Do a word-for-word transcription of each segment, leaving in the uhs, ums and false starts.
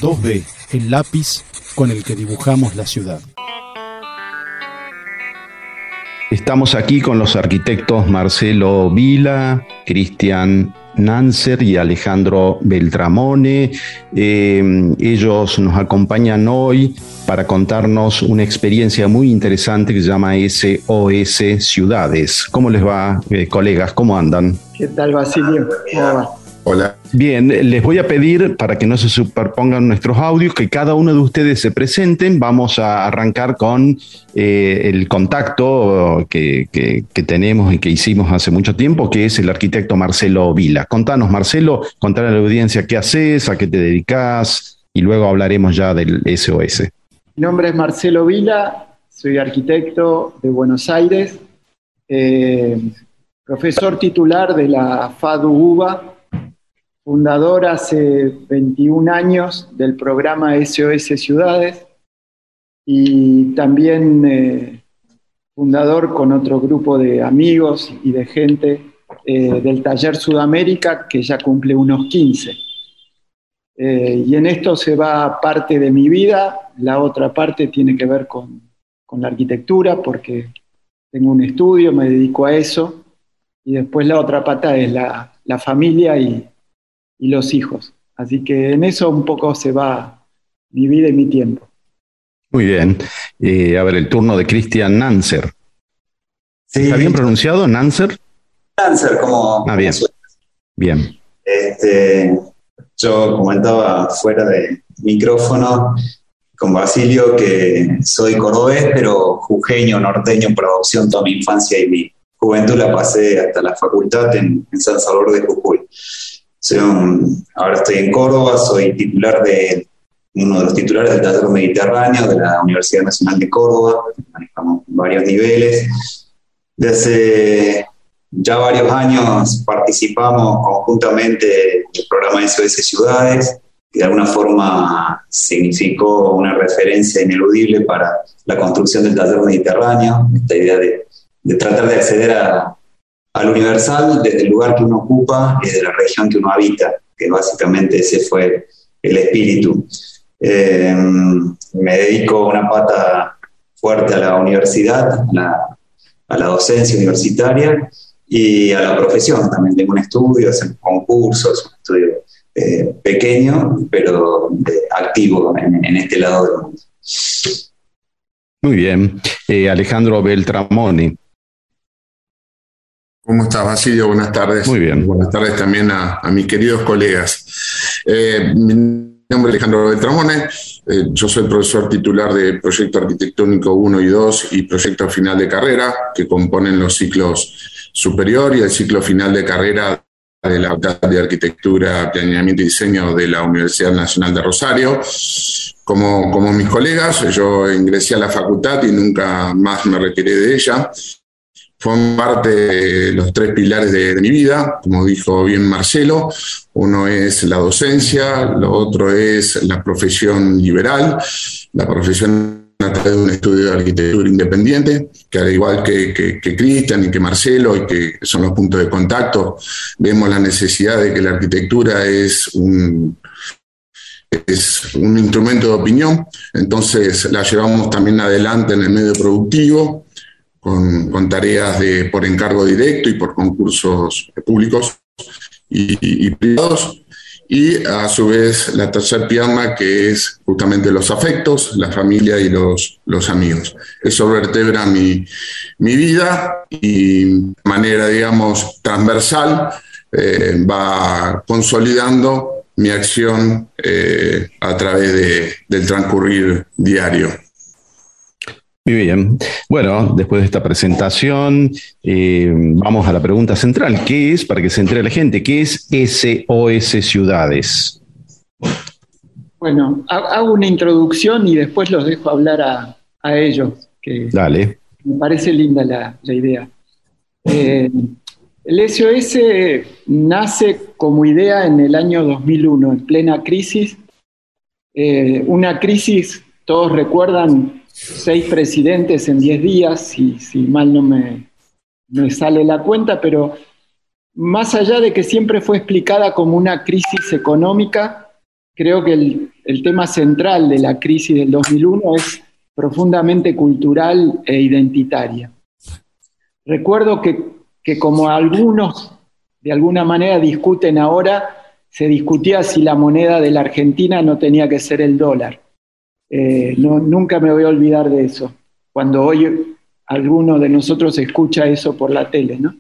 dos B, el lápiz con el que dibujamos la ciudad. Estamos aquí con los arquitectos Marcelo Vila, Cristian Nanser y Alejandro Beltramone. Eh, ellos nos acompañan hoy para contarnos una experiencia muy interesante que se llama S O S Ciudades. ¿Cómo les va, eh, colegas? ¿Cómo andan? ¿Qué tal, Basilio? ¿Cómo va? Hola. Bien, les voy a pedir, para que no se superpongan nuestros audios, que cada uno de ustedes se presenten. Vamos a arrancar con eh, el contacto que, que, que tenemos y que hicimos hace mucho tiempo, que es el arquitecto Marcelo Vila. Contanos, Marcelo, contar a la audiencia qué haces, a qué te dedicás, y luego hablaremos ya del S O S. Mi nombre es Marcelo Vila, soy arquitecto de Buenos Aires, eh, profesor titular de la FADU UBA, fundador hace veintiún años del programa S O S Ciudades y también eh, fundador con otro grupo de amigos y de gente eh, del Taller Sudamérica, que ya cumple unos quince. Eh, y en esto se va parte de mi vida, la otra parte tiene que ver con, con la arquitectura, porque tengo un estudio, me dedico a eso, y después la otra pata es la, la familia y y los hijos. Así que en eso un poco se va mi vida y mi tiempo. Muy bien. Eh, a ver, el turno de Cristian Nanser. Sí. ¿Está bien pronunciado, Nanser? Nanser, como... Ah, bien. Como bien. Este, yo comentaba fuera de micrófono con Basilio que soy cordobés, pero jujeño, norteño por adopción. Toda mi infancia y mi juventud la pasé hasta la facultad en, en San Salvador de Jujuy. Soy un, ahora estoy en Córdoba, soy titular de uno de los titulares del Taller Mediterráneo de la Universidad Nacional de Córdoba. Manejamos varios niveles. Desde ya varios años participamos conjuntamente del programa S O S Ciudades, que de alguna forma significó una referencia ineludible para la construcción del Taller Mediterráneo, esta idea de, de tratar de acceder a al universal desde el lugar que uno ocupa y desde la región que uno habita, que básicamente ese fue el espíritu. Eh, me dedico una pata fuerte a la universidad, a la, a la docencia universitaria y a la profesión. También tengo un estudio, hacemos concursos, un estudio eh, pequeño, pero de, activo en, en este lado del mundo. Muy bien. Eh, Alejandro Beltramone. ¿Cómo estás, Basilio? Buenas tardes. Muy bien. Buenas tardes también a, a mis queridos colegas. Eh, mi nombre es Alejandro Beltramone. Eh, yo soy profesor titular de Proyecto Arquitectónico uno y dos y Proyecto Final de Carrera, que componen los ciclos superior y el ciclo final de carrera de la Facultad de Arquitectura, Planeamiento y Diseño de la Universidad Nacional de Rosario. Como, como mis colegas, yo ingresé a la facultad y nunca más me retiré de ella. Forman parte de los tres pilares de, de mi vida, como dijo bien Marcelo. Uno es la docencia, lo otro es la profesión liberal, la profesión a través de un estudio de arquitectura independiente, que al igual que, que, que Cristian y que Marcelo, y que son los puntos de contacto, vemos la necesidad de que la arquitectura es un, es un instrumento de opinión, entonces la llevamos también adelante en el medio productivo, Con, con tareas de, por encargo directo y por concursos públicos y, y, y privados, y a su vez la tercera pierna, que es justamente los afectos, la familia y los, los amigos. Eso vertebra mi, mi vida y de manera, digamos, transversal eh, va consolidando mi acción eh, a través de, del transcurrir diario. Muy bien. Bueno, después de esta presentación, eh, vamos a la pregunta central. ¿Qué es, para que se entere la gente, qué es S O S Ciudades? Bueno, hago una introducción y después los dejo hablar a, a ellos, que Dale. Me parece linda la, la idea. Eh, el S O S nace como idea en el año dos mil uno, en plena crisis. Eh, una crisis, todos recuerdan, seis presidentes en diez días, si, si mal no me, me sale la cuenta, pero más allá de que siempre fue explicada como una crisis económica, creo que el, el tema central de la crisis del dos mil uno es profundamente cultural e identitaria. Recuerdo que, que como algunos de alguna manera discuten ahora, se discutía si la moneda de la Argentina no tenía que ser el dólar. Eh, no, nunca me voy a olvidar de eso, cuando hoy alguno de nosotros escucha eso por la tele, ¿no?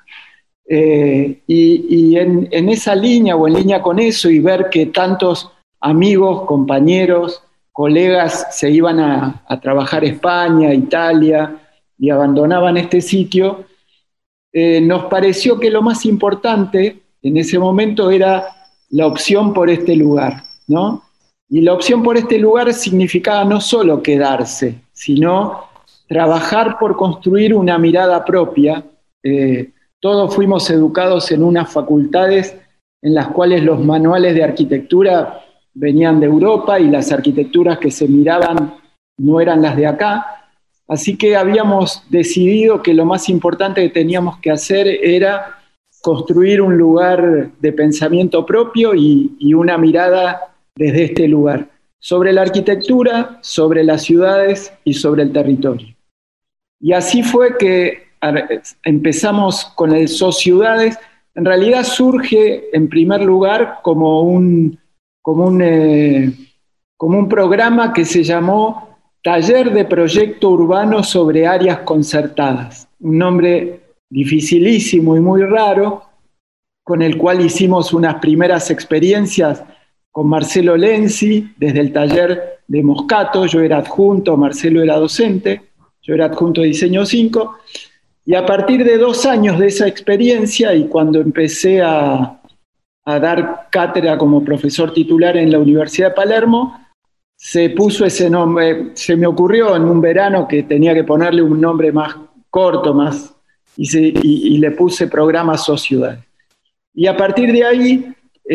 Eh, y y en, en esa línea o en línea con eso y ver que tantos amigos, compañeros, colegas se iban a, a trabajar a España, Italia y abandonaban este sitio, eh, nos pareció que lo más importante en ese momento era la opción por este lugar, ¿no? Y la opción por este lugar significaba no solo quedarse, sino trabajar por construir una mirada propia. Eh, todos fuimos educados en unas facultades en las cuales los manuales de arquitectura venían de Europa y las arquitecturas que se miraban no eran las de acá. Así que habíamos decidido que lo más importante que teníamos que hacer era construir un lugar de pensamiento propio y, y una mirada desde este lugar, sobre la arquitectura, sobre las ciudades y sobre el territorio. Y así fue que empezamos con el Sociudades. En realidad surge en primer lugar como un, como un, eh, como un programa que se llamó Taller de Proyecto Urbano sobre Áreas Concertadas, un nombre dificilísimo y muy raro, con el cual hicimos unas primeras experiencias con Marcelo Lenzi, desde el taller de Moscato. Yo era adjunto, Marcelo era docente, yo era adjunto de Diseño cinco, y a partir de dos años de esa experiencia, y cuando empecé a, a dar cátedra como profesor titular en la Universidad de Palermo, se puso ese nombre, se me ocurrió en un verano que tenía que ponerle un nombre más corto, más, y, se, y, y le puse Programa Sociudades. Y a partir de ahí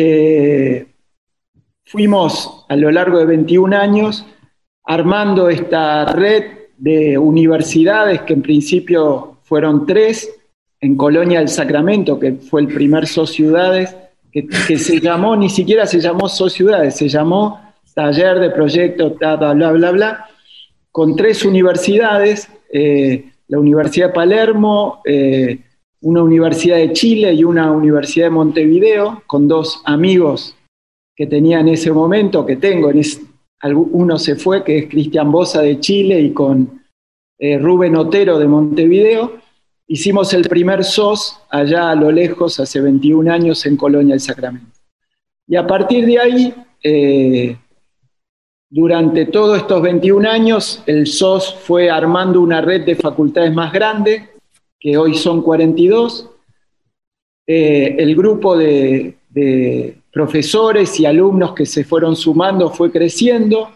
eh, fuimos a lo largo de veintiún años armando esta red de universidades que en principio fueron tres, en Colonia del Sacramento, que fue el primer Sociudades, que, que se llamó, ni siquiera se llamó Sociudades, se llamó Taller de Proyecto, bla, bla, bla, bla, bla, con tres universidades, eh, la Universidad de Palermo, eh, una Universidad de Chile y una Universidad de Montevideo, con dos amigos que tenía en ese momento, que tengo, en ese, uno se fue, que es Cristian Bosa de Chile, y con eh, Rubén Otero de Montevideo. Hicimos el primer S O S allá a lo lejos, hace veintiún años, en Colonia del Sacramento. Y a partir de ahí, eh, durante todos estos veintiún años, el S O S fue armando una red de facultades más grande, que hoy son cuarenta y dos. Eh, el grupo de, de profesores y alumnos que se fueron sumando fue creciendo,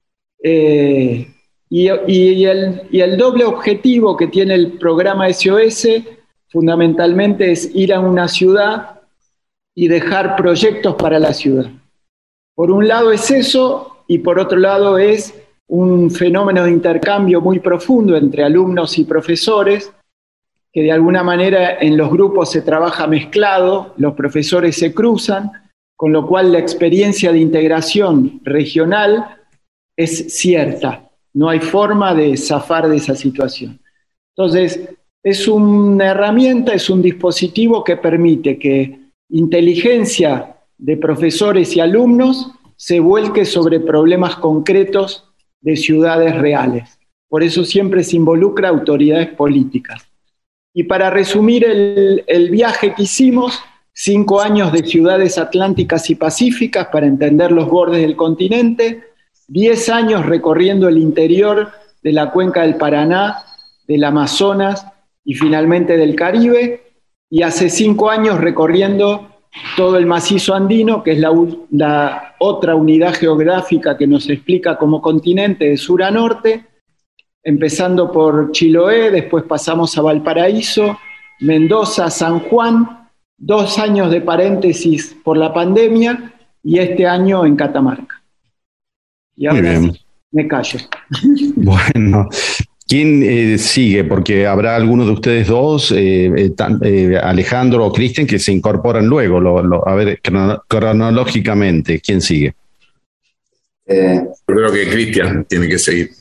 eh, y, y, el, y el doble objetivo que tiene el programa S O S fundamentalmente es ir a una ciudad y dejar proyectos para la ciudad. Por un lado es eso, y por otro lado es un fenómeno de intercambio muy profundo entre alumnos y profesores, que de alguna manera en los grupos se trabaja mezclado, los profesores se cruzan, con lo cual la experiencia de integración regional es cierta, no hay forma de zafar de esa situación. Entonces, es una herramienta, es un dispositivo que permite que inteligencia de profesores y alumnos se vuelque sobre problemas concretos de ciudades reales. Por eso siempre se involucra a autoridades políticas. Y para resumir el, el viaje que hicimos, cinco años de ciudades atlánticas y pacíficas para entender los bordes del continente, diez años recorriendo el interior de la cuenca del Paraná, del Amazonas y finalmente del Caribe, y hace cinco años recorriendo todo el macizo andino, que es la, la otra unidad geográfica que nos explica como continente de sur a norte, empezando por Chiloé, después pasamos a Valparaíso, Mendoza, San Juan, dos años de paréntesis por la pandemia y este año en Catamarca. Y ahora Muy bien. Sí, me callo. Bueno, ¿quién eh, sigue? Porque habrá algunos de ustedes dos, eh, eh, tan, eh, Alejandro o Cristian, que se incorporan luego, lo, lo, a ver, crono, cronológicamente, ¿quién sigue? Eh, Yo creo que Cristian tiene que seguir.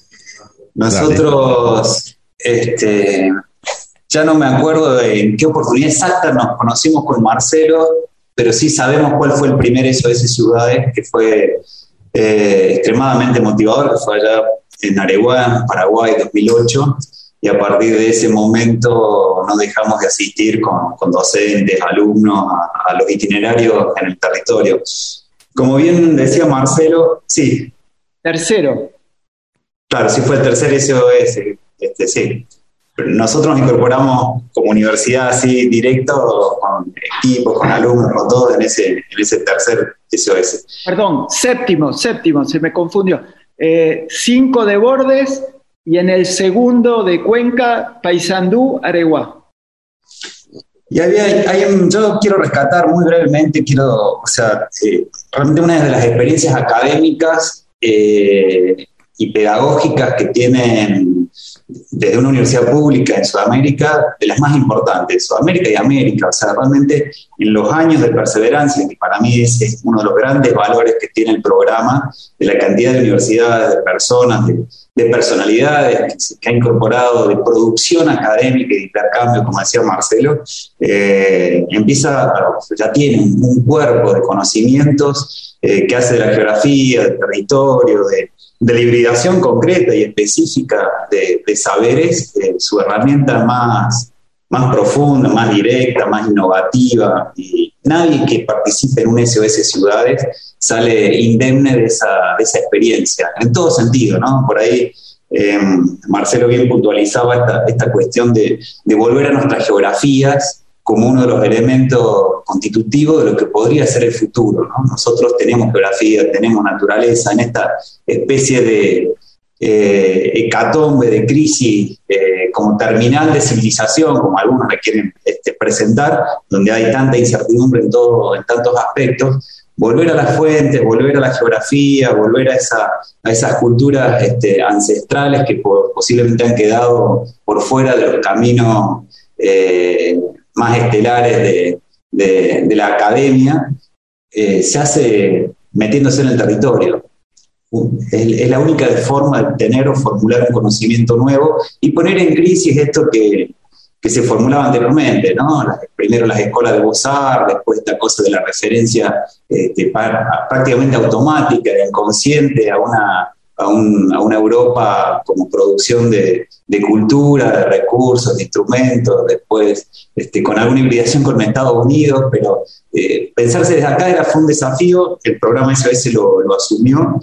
nosotros, este, ya no me acuerdo de en qué oportunidad exacta nos conocimos con Marcelo, pero sí sabemos cuál fue el primer S O S Ciudades, que fue eh, extremadamente motivador, que fue allá en Areguá, en Paraguay, dos mil ocho, y a partir de ese momento no dejamos de asistir con, con docentes, alumnos, a, a los itinerarios en el territorio. Como bien decía Marcelo, sí. Tercero. Claro, sí fue el tercer S O S, este, sí. Nosotros nos incorporamos como universidad así directo, con equipos, con alumnos, con todos en ese, en ese tercer S O S. Perdón, séptimo, séptimo, se me confundió. Eh, cinco de Bordes y en el segundo de Cuenca, Paysandú, Areguá. Y había, hay, yo quiero rescatar muy brevemente, quiero, o sea, eh, realmente una de las experiencias académicas eh, y pedagógicas que tienen desde una universidad pública en Sudamérica, de las más importantes, Sudamérica y América. O sea, realmente en los años de perseverancia, que para mí es, es uno de los grandes valores que tiene el programa, de la cantidad de universidades, de personas, de, de personalidades que, que ha incorporado, de producción académica y de intercambio, como decía Marcelo, eh, empieza, ya tiene un, un cuerpo de conocimientos eh, que hace de la geografía, del territorio, de de la hibridación concreta y específica de, de saberes, eh, su herramienta más, más profunda, más directa, más innovativa. Y nadie que participe en un S O S Ciudades sale indemne de esa, de esa experiencia, en todo sentido, ¿no? Por ahí eh, Marcelo bien puntualizaba esta, esta cuestión de, de volver a nuestras geografías como uno de los elementos constitutivos de lo que podría ser el futuro, ¿no? Nosotros tenemos geografía, tenemos naturaleza, en esta especie de eh, hecatombe, de crisis eh, como terminal de civilización, como algunos la quieren este, presentar, donde hay tanta incertidumbre en, todo, en tantos aspectos. Volver a las fuentes, volver a la geografía, volver a, esa, a esas culturas este, ancestrales que por, posiblemente han quedado por fuera de los caminos eh, más estelares de, de, de la academia, eh, se hace metiéndose en el territorio. Es, es la única forma de tener o formular un conocimiento nuevo y poner en crisis esto que, que se formulaba anteriormente, ¿no? Las, primero las escuelas de Beaux-Arts, después esta cosa de la referencia este, para, prácticamente automática, inconsciente a una, a, un, a una Europa como producción de, de cultura, de recursos, de instrumentos, después este, con alguna hibridación con Estados Unidos, pero eh, pensarse desde acá era, fue un desafío, el programa S O S lo, lo asumió,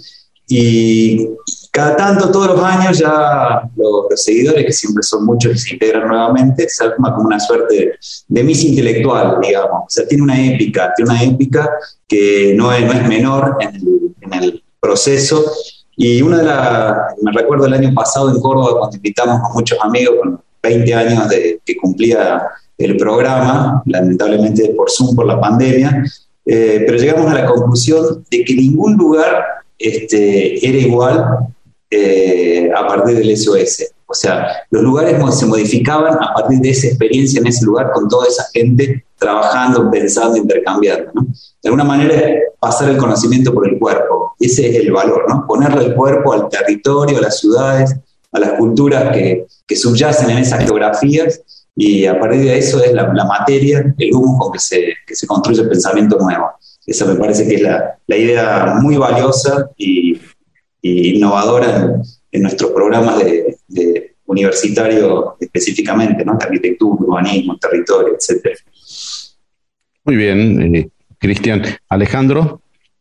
y cada tanto, todos los años, ya los, los seguidores, que siempre son muchos y se integran nuevamente, se arma como una suerte de, de misa intelectual, digamos. O sea, tiene una épica, tiene una épica que no es, no es menor en el, en el proceso. Y una de las, me recuerdo el año pasado en Córdoba, cuando invitamos a muchos amigos con veinte años de que cumplía el programa, lamentablemente por Zoom, por la pandemia, eh, pero llegamos a la conclusión de que ningún lugar este, era igual eh, a partir del S O S. O sea, los lugares se modificaban a partir de esa experiencia en ese lugar, con toda esa gente trabajando, pensando, intercambiando, ¿no? De alguna manera es pasar el conocimiento por el cuerpo. Ese es el valor, ¿no? Ponerle el cuerpo al territorio, a las ciudades, a las culturas que, que subyacen en esas geografías, y a partir de eso es la, la materia, el humo con que se, que se construye el pensamiento nuevo. Esa me parece que es la, la idea muy valiosa y, y innovadora en, en nuestros programas de, de universitario específicamente, ¿no? Arquitectura, urbanismo, territorio, etcétera. Muy bien, eh, Cristian. Alejandro.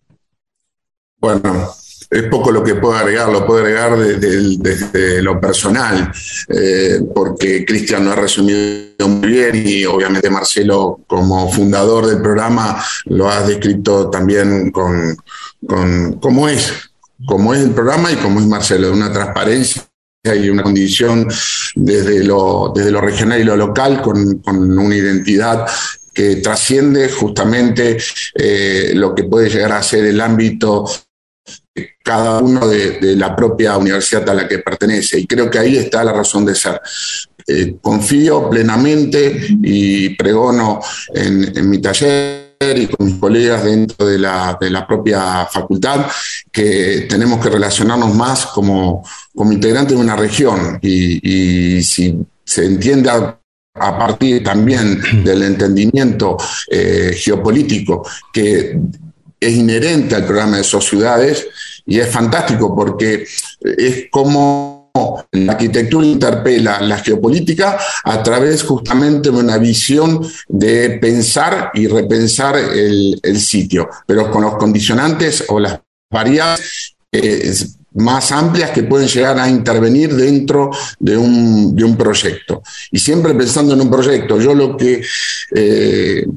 Bueno, es poco lo que puedo agregar, lo puedo agregar desde, desde lo personal, eh, porque Cristian lo ha resumido muy bien y obviamente Marcelo, como fundador del programa, lo ha descrito también con, con cómo es, cómo es el programa y cómo es Marcelo, de una transparencia y una condición desde lo, desde lo regional y lo local, con, con una identidad que trasciende justamente eh, lo que puede llegar a ser el ámbito de cada uno de, de la propia universidad a la que pertenece. Y creo que ahí está la razón de ser. Eh, confío plenamente y pregono en, en mi taller y con mis colegas dentro de la, de la propia facultad, que tenemos que relacionarnos más como, como integrantes de una región y, y si se entiende a, a partir también del entendimiento eh, geopolítico que es inherente al programa de Sociedades, y es fantástico porque es como la arquitectura interpela la geopolítica a través justamente de una visión de pensar y repensar el, el sitio, pero con los condicionantes o las variables eh, más amplias que pueden llegar a intervenir dentro de un, de un proyecto. Y siempre pensando en un proyecto, yo lo que eh,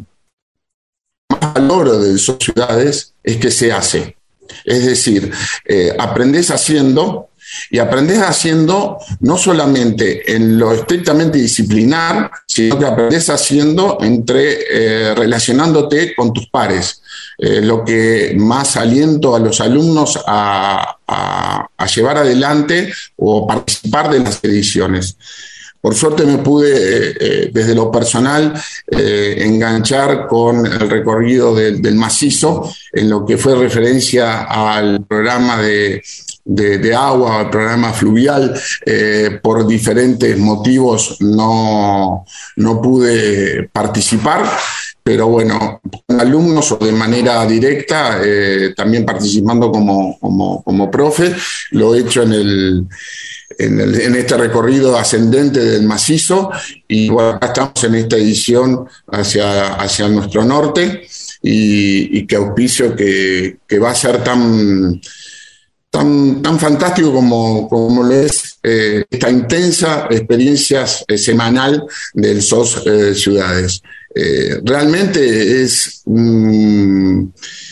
más valoro de Sociedades es que se hace. Es decir, eh, aprendés haciendo. Y aprendes haciendo no solamente en lo estrictamente disciplinar, sino que aprendes haciendo entre eh, relacionándote con tus pares, eh, lo que más aliento a los alumnos a, a, a llevar adelante o participar de las ediciones. Por suerte me pude, eh, desde lo personal, eh, enganchar con el recorrido del, del macizo en lo que fue referencia al programa de De, de agua, el programa fluvial. Eh, por diferentes motivos no, no pude participar, pero bueno, con alumnos o de manera directa, eh, también participando como, como, como profe, lo he hecho en, el, en, el, en este recorrido ascendente del macizo, y bueno, acá estamos en esta edición hacia, hacia nuestro norte, y, y que auspicio que, que va a ser tan... Tan, tan fantástico como, como lo es eh, esta intensa experiencia eh, semanal del S O S eh, Ciudades. Eh, realmente es, mm,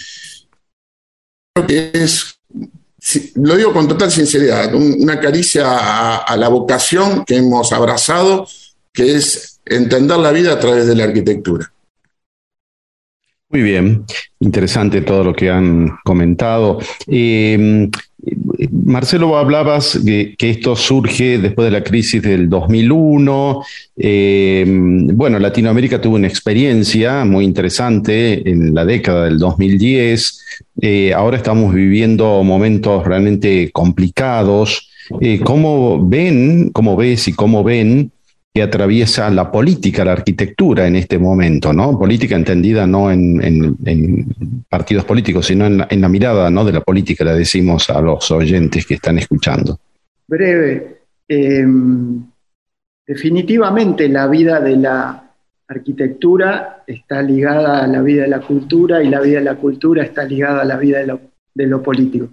creo que es, lo digo con total sinceridad, un, una caricia a, a la vocación que hemos abrazado, que es entender la vida a través de la arquitectura. Muy bien, interesante todo lo que han comentado. Eh, Marcelo, hablabas de que esto surge después de la crisis del dos mil uno. Eh, bueno, Latinoamérica tuvo una experiencia muy interesante en la década del dos mil diez. Eh, ahora estamos viviendo momentos realmente complicados. Eh, ¿Cómo ven, cómo ves y cómo ven que atraviesa la política, la arquitectura en este momento, ¿no? Política entendida no en, en, en partidos políticos, sino en la, en la mirada, ¿no?, de la política, le decimos a los oyentes que están escuchando. Breve. Eh, definitivamente la vida de la arquitectura está ligada a la vida de la cultura, y la vida de la cultura está ligada a la vida de lo, de lo político.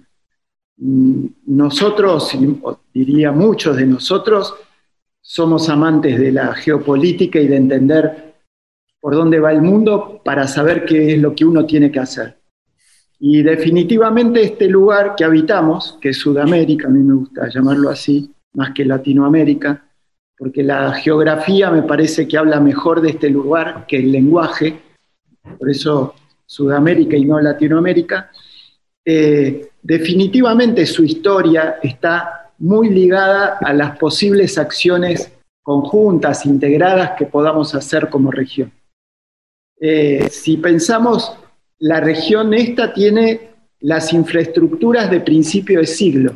Nosotros, diría muchos de nosotros, somos amantes de la geopolítica y de entender por dónde va el mundo para saber qué es lo que uno tiene que hacer. Y definitivamente este lugar que habitamos, que es Sudamérica, a mí me gusta llamarlo así, más que Latinoamérica, porque la geografía me parece que habla mejor de este lugar que el lenguaje, por eso Sudamérica y no Latinoamérica. Eh, definitivamente su historia está muy ligada a las posibles acciones conjuntas, integradas que podamos hacer como región. Eh, si pensamos, la región esta tiene las infraestructuras de principio de siglo,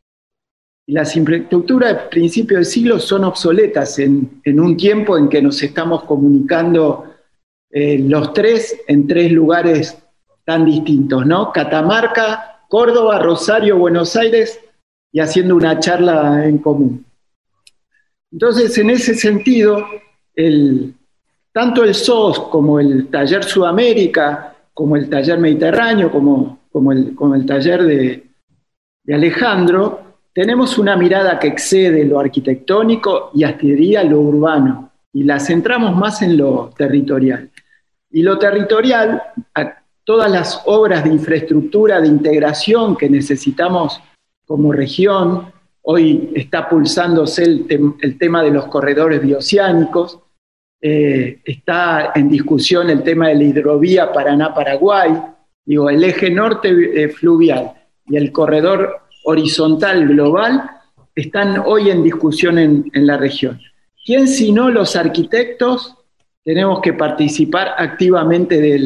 y las infraestructuras de principio de siglo son obsoletas en, en un tiempo en que nos estamos comunicando eh, los tres en tres lugares tan distintos, ¿no? Catamarca, Córdoba, Rosario, Buenos Aires, y haciendo una charla en común. Entonces, en ese sentido, el, tanto el S O S como el Taller Sudamérica, como el Taller Mediterráneo, como, como, el, como el taller de, de Alejandro, tenemos una mirada que excede lo arquitectónico y hasta diría lo urbano, y la centramos más en lo territorial. Y lo territorial, a todas las obras de infraestructura, de integración que necesitamos como región, hoy está pulsándose el, tem- el tema de los corredores bioceánicos, eh, está en discusión el tema de la hidrovía Paraná-Paraguay, digo, el eje norte eh, fluvial y el corredor horizontal global están hoy en discusión en, en la región. ¿Quién, si no los arquitectos, tenemos que participar activamente del,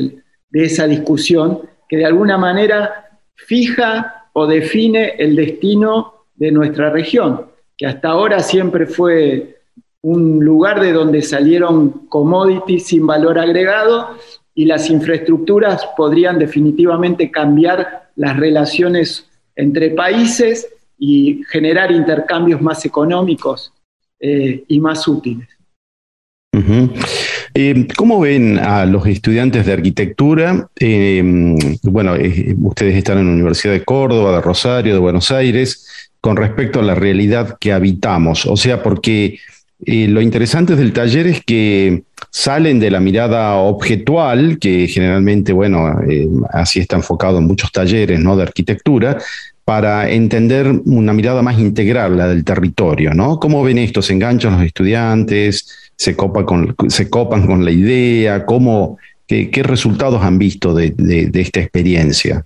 de esa discusión que de alguna manera fija o define el destino de nuestra región, que hasta ahora siempre fue un lugar de donde salieron commodities sin valor agregado, y las infraestructuras podrían definitivamente cambiar las relaciones entre países y generar intercambios más económicos eh, y más útiles. Uh-huh. Eh, ¿Cómo ven a los estudiantes de arquitectura? Eh, bueno, eh, ustedes están en la Universidad de Córdoba, de Rosario, de Buenos Aires, con respecto a la realidad que habitamos. O sea, porque eh, lo interesante del taller es que salen de la mirada objetual, que generalmente, bueno, eh, así está enfocado en muchos talleres, ¿no?, de arquitectura, para entender una mirada más integral, la del territorio, ¿no? ¿Cómo ven esto? ¿Se enganchan los estudiantes? ¿Se copan con, se copan con la idea? ¿Cómo, qué, qué resultados han visto de, de, de esta experiencia?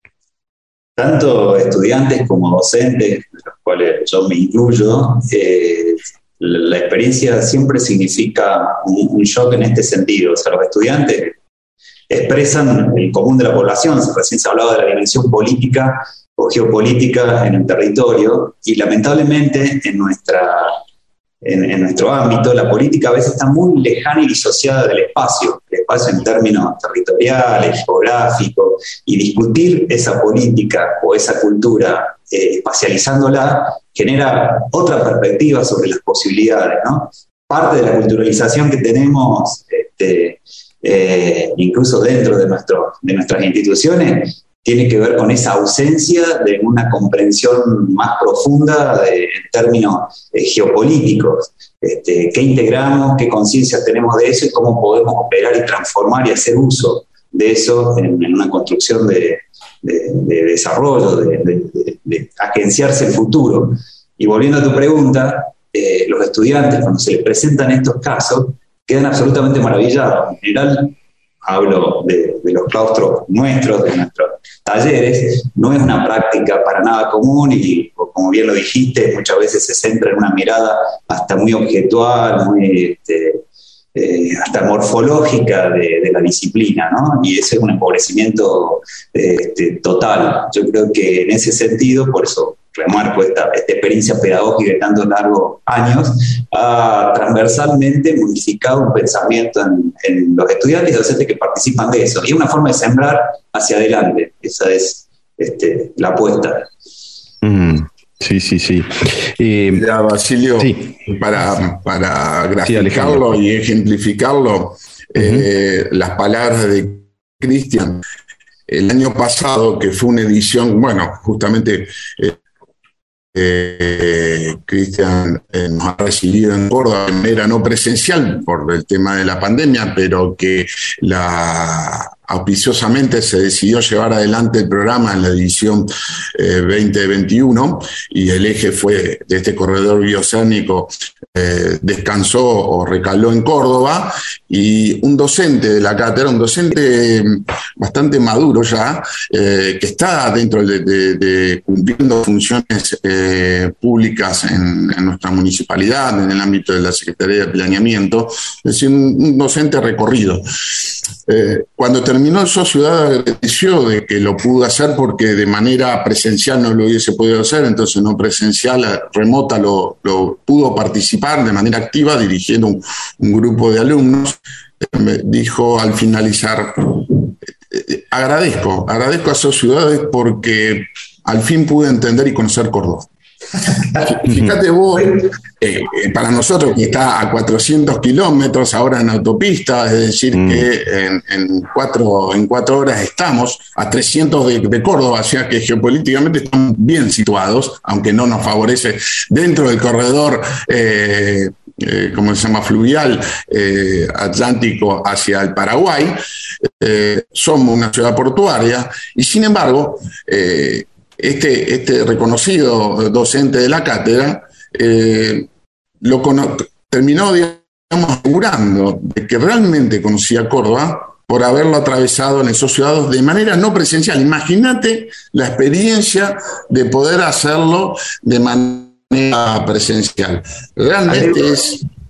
Tanto estudiantes como docentes, de los cuales yo me incluyo, eh, la experiencia siempre significa un, un shock en este sentido. O sea, los estudiantes expresan el común de la población. Recién se hablaba de la dimensión política o geopolítica en el territorio, y lamentablemente en, nuestra, en, en nuestro ámbito la política a veces está muy lejana y disociada del espacio, el espacio en términos territoriales, geográficos, y discutir esa política o esa cultura eh, espacializándola genera otra perspectiva sobre las posibilidades, ¿no? Parte de la culturalización que tenemos, este, eh, incluso dentro de, nuestro, de nuestras instituciones, tiene que ver con esa ausencia de una comprensión más profunda de, en términos eh, geopolíticos. Este, ¿Qué integramos, qué conciencia tenemos de eso y cómo podemos operar y transformar y hacer uso de eso en, en una construcción de, de, de desarrollo, de, de, de, de agenciarse el futuro? Y volviendo a tu pregunta, eh, los estudiantes, cuando se les presentan estos casos, quedan absolutamente maravillados. En general, hablo de, de los claustros nuestros, de nuestros talleres, no es una práctica para nada común y, como bien lo dijiste, muchas veces se centra en una mirada hasta muy objetual, muy este, eh, hasta morfológica de, de la disciplina, ¿no? Y ese es un empobrecimiento este, total. Yo creo que en ese sentido, por eso remarco esta, esta experiencia pedagógica de tantos largos años, ha transversalmente modificado un pensamiento en, en los estudiantes y docentes que participan de eso. Y es una forma de sembrar hacia adelante. Esa es este, la apuesta. Mm, sí, sí, sí. Eh, ya, Basilio, sí. para, para graficarlo sí, y ejemplificarlo, uh-huh. eh, las palabras de Cristian, el año pasado, que fue una edición, bueno, justamente... Eh, Eh, Cristian eh, nos ha recibido en Córdoba de manera no presencial por el tema de la pandemia, pero que la, auspiciosamente se decidió llevar adelante el programa en la edición eh, veinte veintiuno, y el eje fue de este corredor bioceánico, eh, descansó o recaló en Córdoba, y un docente de la cátedra, un docente bastante maduro ya, eh, que está dentro de, de, de cumpliendo funciones eh, públicas en, en nuestra municipalidad, en el ámbito de la Secretaría de Planeamiento, es decir, un, un docente recorrido. Eh, cuando terminó el Sociedad agradeció de que lo pudo hacer porque de manera presencial no lo hubiese podido hacer, entonces no presencial, remota lo, lo pudo participar de manera activa dirigiendo un, un grupo de alumnos. Eh, me dijo al finalizar, eh, agradezco, agradezco a Sociedades porque al fin pude entender y conocer Córdoba. Fíjate vos, eh, para nosotros que está a cuatrocientos kilómetros ahora en autopista, es decir, mm. que en, en, cuatro, en cuatro horas estamos a trescientos de, de Córdoba, o sea que geopolíticamente estamos bien situados, aunque no nos favorece dentro del corredor, eh, eh, ¿cómo se llama?, fluvial eh, atlántico hacia el Paraguay. Eh, somos una ciudad portuaria y sin embargo, eh, Este, este reconocido docente de la cátedra eh, lo cono- terminó, digamos, asegurando de que realmente conocía Córdoba por haberlo atravesado en esos ciudadanos de manera no presencial. Imagínate la experiencia de poder hacerlo de manera presencial. Realmente es,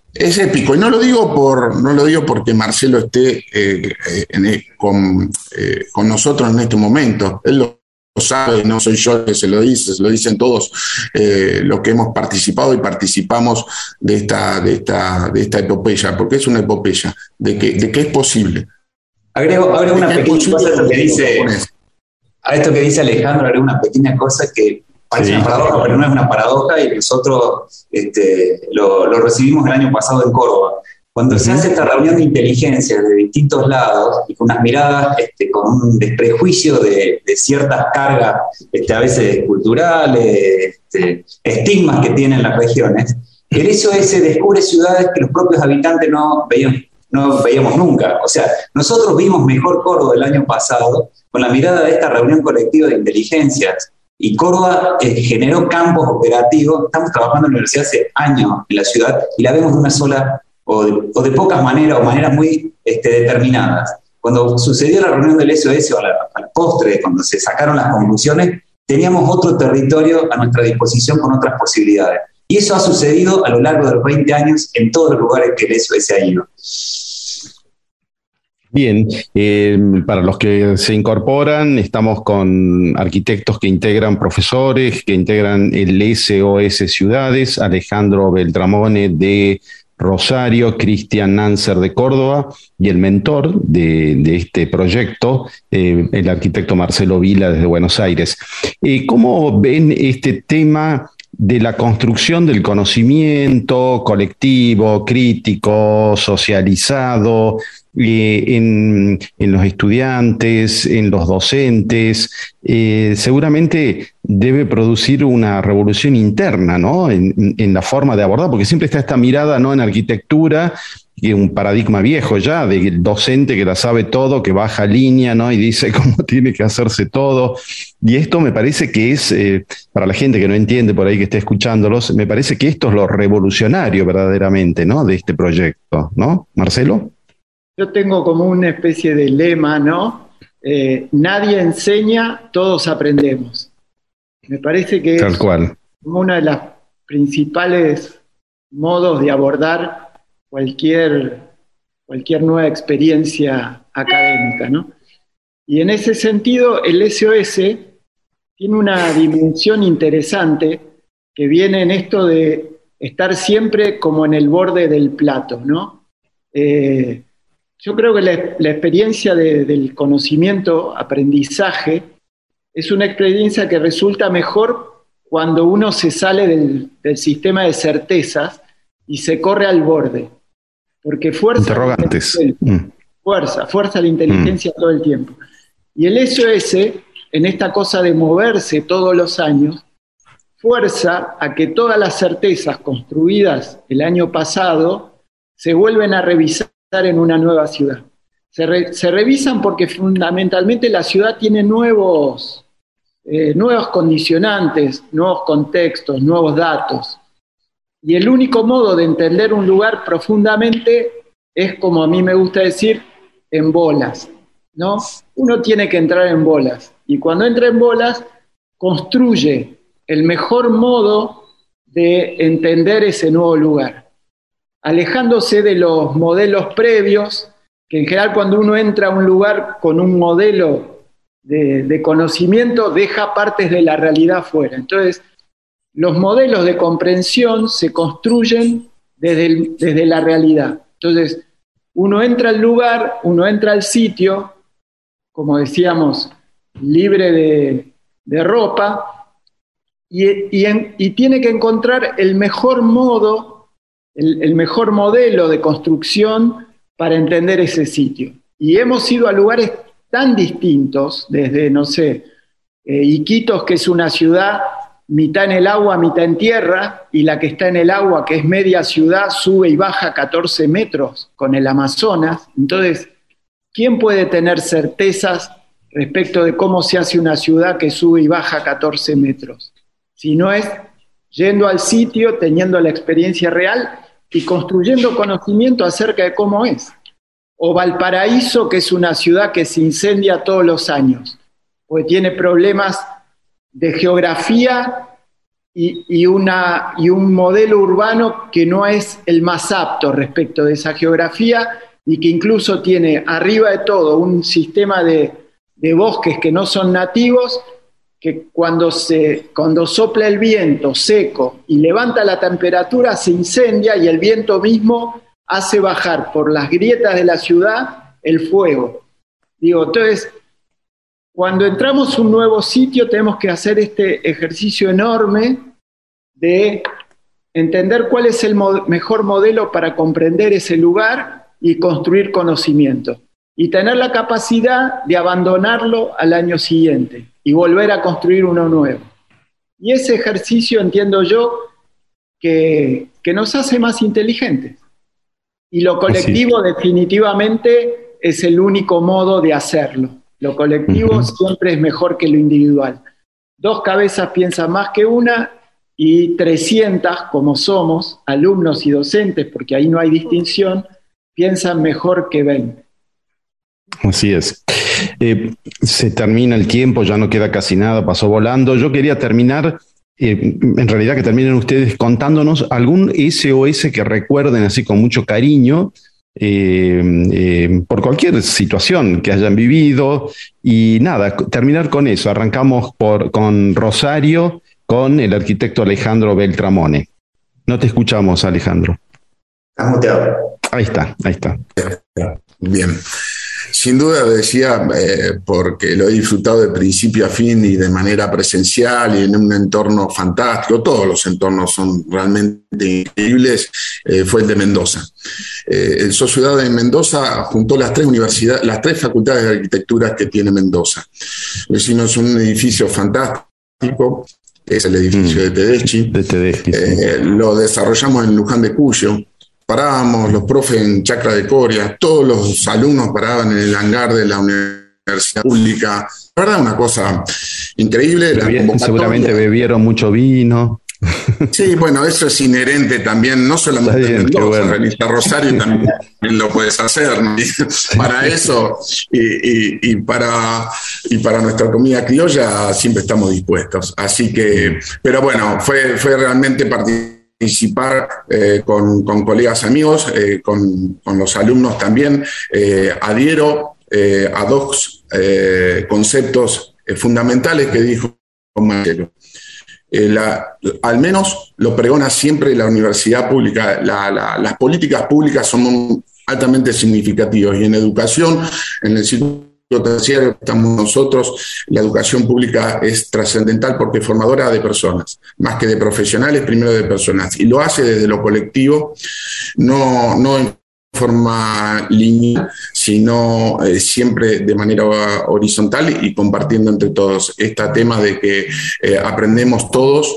es épico, y no lo digo por, no lo digo porque Marcelo esté eh, en, con, eh, con nosotros en este momento. Él lo sabe, no soy yo el que se lo dice, se lo dicen todos eh, los que hemos participado y participamos de esta, de esta, de esta epopeya, porque es una epopeya, de que, de que es posible. Agrego, agrego una pequeña cosa a esto que dice, a esto que dice Alejandro, agrego una pequeña cosa que parece sí. una paradoja, pero no es una paradoja, y nosotros este, lo, lo recibimos el año pasado en Córdoba. Cuando uh-huh. se hace esta reunión de inteligencia de distintos lados y con unas miradas este, con un desprejuicio de, de ciertas cargas, este, a veces culturales, este, estigmas que tienen las regiones, el S O S descubre ciudades que los propios habitantes no veían, no veíamos nunca. O sea, nosotros vimos mejor Córdoba el año pasado con la mirada de esta reunión colectiva de inteligencias, y Córdoba eh, generó campos operativos. Estamos trabajando en la universidad hace años en la ciudad y la vemos de una sola o de, o de pocas maneras o maneras muy este, determinadas. Cuando sucedió la reunión del S O S o a la, a la postre, cuando se sacaron las conclusiones, teníamos otro territorio a nuestra disposición con otras posibilidades. Y eso ha sucedido a lo largo de los veinte años en todos los lugares que el S O S ha ido. Bien, eh, para los que se incorporan, estamos con arquitectos que integran profesores, que integran el S O S Ciudades, Alejandro Beltramone de Rosario, Cristian Nancer de Córdoba, y el mentor de, de este proyecto, eh, el arquitecto Marcelo Vila desde Buenos Aires. Eh, ¿Cómo ven este tema de la construcción del conocimiento colectivo, crítico, socializado, eh, en, en los estudiantes, en los docentes? Eh, seguramente debe producir una revolución interna, ¿no? En, en la forma de abordar, porque siempre está esta mirada, ¿no?, en arquitectura, que es un paradigma viejo ya, del docente que la sabe todo, que baja línea, ¿no?, y dice cómo tiene que hacerse todo. Y esto me parece que es, eh, para la gente que no entiende por ahí, que esté escuchándolos, me parece que esto es lo revolucionario verdaderamente, ¿no?, de este proyecto, ¿no? ¿Marcelo? Yo tengo como una especie de lema, ¿no? Eh, nadie enseña, todos aprendemos. Me parece que Tal es cual. como uno de los principales modos de abordar cualquier, cualquier nueva experiencia académica, ¿no? Y en ese sentido, el S O S tiene una dimensión interesante que viene en esto de estar siempre como en el borde del plato, ¿no? Eh, yo creo que la, la experiencia de, del conocimiento, aprendizaje, es una experiencia que resulta mejor cuando uno se sale del, del sistema de certezas y se corre al borde. Porque fuerza Interrogantes. La mm. fuerza, fuerza la inteligencia mm. todo el tiempo. Y el S O S, en esta cosa de moverse todos los años, fuerza a que todas las certezas construidas el año pasado se vuelven a revisar en una nueva ciudad. Se, re, se revisan porque fundamentalmente la ciudad tiene nuevos, eh, nuevos condicionantes, nuevos contextos, nuevos datos. Y el único modo de entender un lugar profundamente es, como a mí me gusta decir, en bolas, ¿no? Uno tiene que entrar en bolas. Y cuando entra en bolas, construye el mejor modo de entender ese nuevo lugar, alejándose de los modelos previos, que en general cuando uno entra a un lugar con un modelo de, de conocimiento, deja partes de la realidad fuera. Entonces, los modelos de comprensión se construyen desde, el, desde la realidad. Entonces, uno entra al lugar, uno entra al sitio, como decíamos, libre de, de ropa, y, y, en, y tiene que encontrar el mejor modo, el, el mejor modelo de construcción para entender ese sitio. Y hemos ido a lugares tan distintos, desde, no sé, eh, Iquitos, que es una ciudad mitad en el agua, mitad en tierra, y la que está en el agua, que es media ciudad, sube y baja catorce metros con el Amazonas. Entonces, ¿quién puede tener certezas respecto de cómo se hace una ciudad que sube y baja catorce metros? Si no es yendo al sitio, teniendo la experiencia real y construyendo conocimiento acerca de cómo es. O Valparaíso, que es una ciudad que se incendia todos los años, porque tiene problemas de geografía y, y, una, y un modelo urbano que no es el más apto respecto de esa geografía y que incluso tiene arriba de todo un sistema de, de bosques que no son nativos, que cuando, se, cuando sopla el viento seco y levanta la temperatura se incendia y el viento mismo hace bajar por las grietas de la ciudad el fuego. Digo, entonces, cuando entramos a un nuevo sitio tenemos que hacer este ejercicio enorme de entender cuál es el mo- mejor modelo para comprender ese lugar y construir conocimiento. Y tener la capacidad de abandonarlo al año siguiente y volver a construir uno nuevo. Y ese ejercicio, entiendo yo, que, que nos hace más inteligentes. Y lo colectivo sí. definitivamente es el único modo de hacerlo. Lo colectivo uh-huh. siempre es mejor que lo individual. Dos cabezas piensan más que una y trescientas, como somos, alumnos y docentes, porque ahí no hay distinción, piensan mejor que veinte. Así es. Eh, se termina el tiempo, ya no queda casi nada, pasó volando. Yo quería terminar, eh, en realidad que terminen ustedes contándonos algún S O S que recuerden así con mucho cariño, eh, eh, por cualquier situación que hayan vivido. Y nada, terminar con eso. Arrancamos por, con Rosario, con el arquitecto Alejandro Beltramone. No te escuchamos, Alejandro. Ahí está, ahí está. Bien. Sin duda decía, eh, porque lo he disfrutado de principio a fin y de manera presencial y en un entorno fantástico, todos los entornos son realmente increíbles, eh, fue el de Mendoza. Eh, el Sociedad de Mendoza juntó las tres universidades, las tres facultades de arquitectura que tiene Mendoza. Hicimos un edificio fantástico, es el edificio mm, de Tedeschi, de Tedeschi sí. eh, lo desarrollamos en Luján de Cuyo. Parábamos los profes en Chacra de Coria, todos los alumnos paraban en el hangar de la universidad pública. La verdad, una cosa increíble. La seguramente bebieron mucho vino. Sí, bueno, eso es inherente también, no solamente en Mendoza, bueno. En Rosario también lo puedes hacer, ¿no? Para eso y, y, y, para, y para nuestra comida criolla siempre estamos dispuestos. Así que, pero bueno, fue, fue realmente participar. participar eh, con, con colegas amigos, eh, con, con los alumnos también. Eh, adhiero eh, a dos eh, conceptos eh, fundamentales que dijo Marcelo. Eh, la, al menos lo pregona siempre la universidad pública. La, la, las políticas públicas son altamente significativas y en educación, en el ciclo terciario estamos nosotros, la educación pública es trascendental porque es formadora de personas, más que de profesionales, primero de personas, y lo hace desde lo colectivo, no, no en forma lineal, sino eh, siempre de manera horizontal y compartiendo entre todos este tema de que eh, aprendemos todos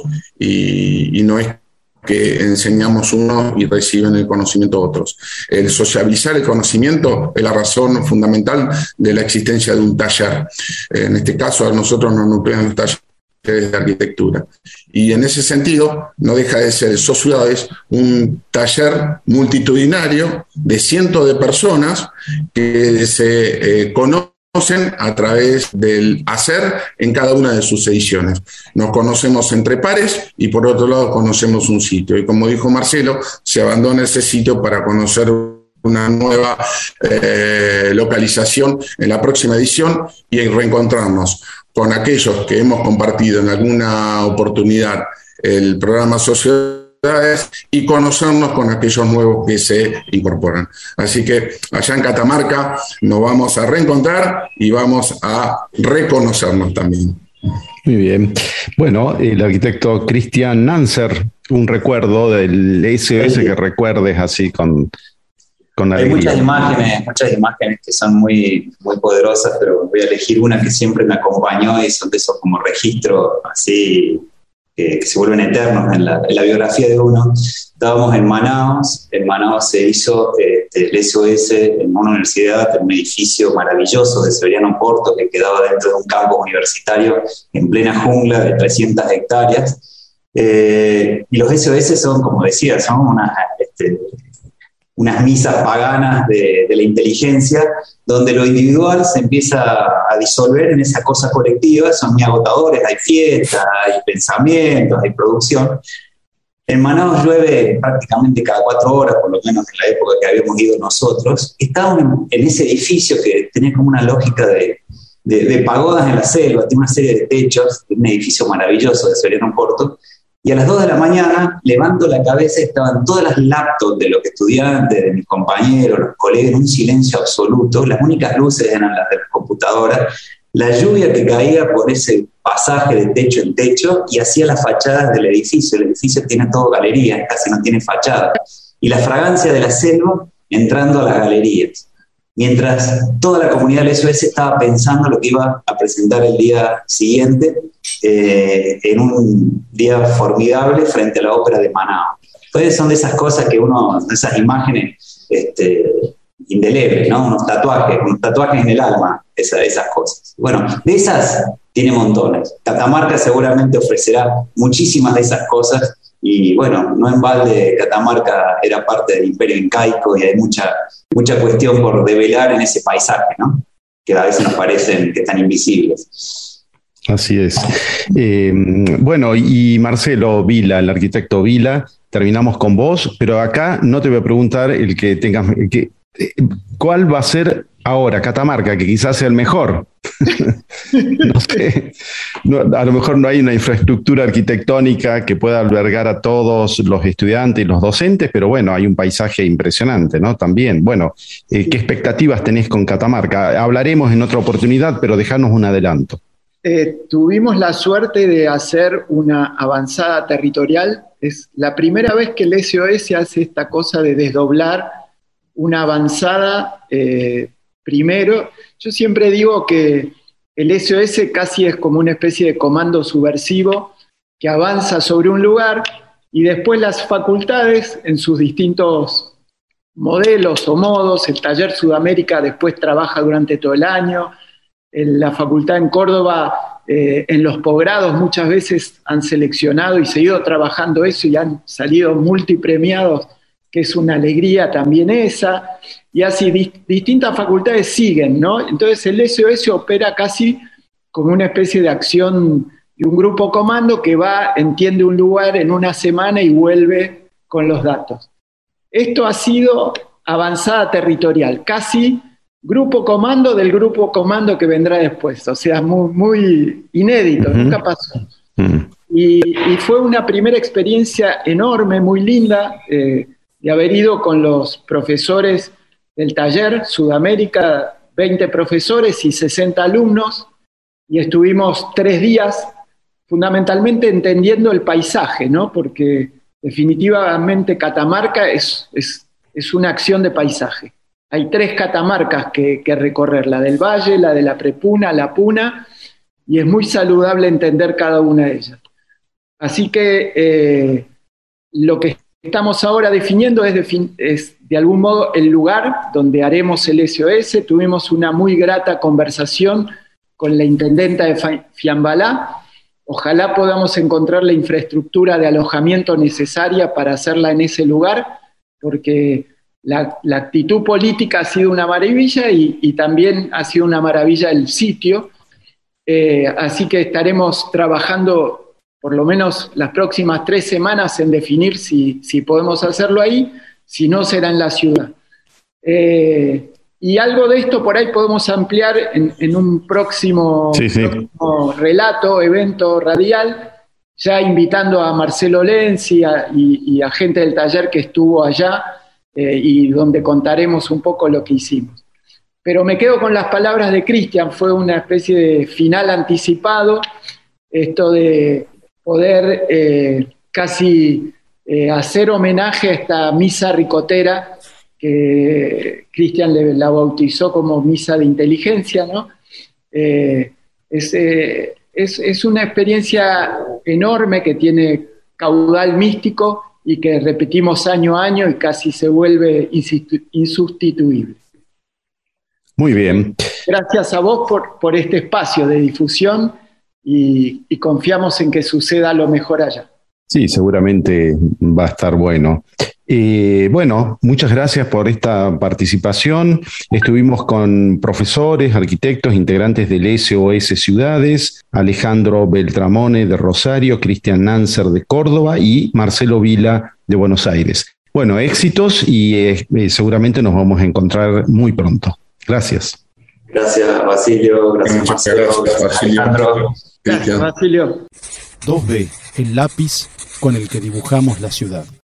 y, y no es que enseñamos uno y reciben el conocimiento otros. El sociabilizar el conocimiento es la razón fundamental de la existencia de un taller. En este caso, a nosotros nos nuclean los talleres de arquitectura. Y en ese sentido, no deja de ser Sociedades un taller multitudinario de cientos de personas que se eh, conocen conocen a través del hacer en cada una de sus ediciones. Nos conocemos entre pares y por otro lado conocemos un sitio. Y como dijo Marcelo, se abandona ese sitio para conocer una nueva eh, localización en la próxima edición y reencontrarnos con aquellos que hemos compartido en alguna oportunidad el programa Sociedades y conocernos con aquellos nuevos que se incorporan. Así que allá en Catamarca nos vamos a reencontrar y vamos a reconocernos también. Muy bien. Bueno, el arquitecto Cristian Nanser, un recuerdo del S O S sí. Que recuerdes así con, con Hay muchas imágenes, muchas imágenes que son muy, muy poderosas, pero voy a elegir una que siempre me acompañó y son de esos como registros así Que, que se vuelven eternos en la, en la biografía de uno. Estábamos en Manaos, en Manaos se hizo eh, el S O S en una universidad, en un edificio maravilloso de Severiano Porto que quedaba dentro de un campus universitario en plena jungla de trescientas hectáreas. Eh, y los S O S son, como decía, son una, este, unas misas paganas de, de la inteligencia, donde lo individual se empieza a disolver en esa cosa colectiva, son muy agotadores, hay fiestas, hay pensamientos, hay producción. En Manaos llueve prácticamente cada cuatro horas, por lo menos en la época que habíamos ido nosotros. Estábamos en, en ese edificio que tenía como una lógica de, de, de pagodas en la selva, tiene una serie de techos, un edificio maravilloso de Soriano Porto. Y a las dos de la mañana levanto la cabeza y estaban todas las laptops de los estudiantes, de mis compañeros, los colegas, en un silencio absoluto. Las únicas luces eran las de las computadoras. La lluvia que caía por ese pasaje de techo en techo y hacía las fachadas del edificio. El edificio tiene todo galerías, casi no tiene fachada. Y la fragancia de la selva entrando a las galerías. Mientras toda la comunidad del S O S estaba pensando lo que iba a presentar el día siguiente, eh, en un día formidable frente a la ópera de Manaos. Entonces son de esas cosas que uno, de esas imágenes este, indelebles, ¿no? Unos tatuajes, unos tatuajes en el alma, esa, esas cosas. Bueno, de esas tiene montones. Catamarca seguramente ofrecerá muchísimas de esas cosas y bueno, no en balde Catamarca era parte del Imperio Incaico y hay mucha, mucha cuestión por develar en ese paisaje, ¿no? Que a veces nos parecen que están invisibles. Así es. Eh, bueno, y Marcelo Vila, el arquitecto Vila, terminamos con vos, pero acá no te voy a preguntar el que tengas, el que, ¿cuál va a ser ahora Catamarca, que quizás sea el mejor? No sé, no, a lo mejor no hay una infraestructura arquitectónica que pueda albergar a todos los estudiantes y los docentes, pero bueno, hay un paisaje impresionante, ¿no? También, bueno, eh, ¿qué expectativas tenés con Catamarca? Hablaremos en otra oportunidad, pero dejanos un adelanto. Eh, tuvimos la suerte de hacer una avanzada territorial. Es la primera vez que el S O S hace esta cosa de desdoblar una avanzada eh, primero. Yo siempre digo que el S O S casi es como una especie de comando subversivo que avanza sobre un lugar y después las facultades en sus distintos modelos o modos. El Taller Sudamérica después trabaja durante todo el año. La facultad en Córdoba, eh, en los posgrados muchas veces han seleccionado y seguido trabajando eso y han salido multipremiados, que es una alegría también esa, y así di- distintas facultades siguen, ¿no? Entonces el S O S opera casi como una especie de acción de un grupo comando que va, entiende un lugar en una semana y vuelve con los datos. Esto ha sido avanzada territorial, casi grupo comando del grupo comando que vendrá después, o sea, muy, muy inédito, uh-huh. Nunca pasó. Uh-huh. Y, y fue una primera experiencia enorme, muy linda, eh, de haber ido con los profesores del taller Sudamérica, veinte profesores y sesenta alumnos, y estuvimos tres días fundamentalmente entendiendo el paisaje, ¿no? Porque definitivamente Catamarca es, es, es una acción de paisaje. Hay tres catamarcas que, que recorrer, la del Valle, la de la Prepuna, la Puna, y es muy saludable entender cada una de ellas. Así que eh, lo que estamos ahora definiendo es, defin- es de algún modo el lugar donde haremos el S O S. Tuvimos una muy grata conversación con la intendenta de Fiambalá. Ojalá podamos encontrar la infraestructura de alojamiento necesaria para hacerla en ese lugar, porque La, la actitud política ha sido una maravilla y, y también ha sido una maravilla el sitio, eh, así que estaremos trabajando por lo menos las próximas tres semanas en definir si, si podemos hacerlo ahí, si no será en la ciudad. Eh, y algo de esto por ahí podemos ampliar en, en un próximo, sí, sí. próximo relato, evento radial, ya invitando a Marcelo Lenz y a, y, y a gente del taller que estuvo allá, Eh, y donde contaremos un poco lo que hicimos. Pero me quedo con las palabras de Cristian, fue una especie de final anticipado, esto de poder eh, casi eh, hacer homenaje a esta misa ricotera que Cristian la bautizó como misa de inteligencia, ¿no? Eh, es, eh, es, es una experiencia enorme que tiene caudal místico y que repetimos año a año y casi se vuelve insustituible. Muy bien. Gracias a vos por, por este espacio de difusión y, y confiamos en que suceda lo mejor allá. Sí, seguramente va a estar bueno. Eh, bueno, muchas gracias por esta participación. Estuvimos con profesores, arquitectos, integrantes del S O S Ciudades, Alejandro Beltramone de Rosario, Cristian Nancer de Córdoba y Marcelo Vila de Buenos Aires. Bueno, éxitos y eh, eh, seguramente nos vamos a encontrar muy pronto. Gracias. Gracias, Basilio. Gracias, Muchas Marcelo. gracias, Basilio. Alejandro. Gracias, Basilio. dos B, el lápiz con el que dibujamos la ciudad.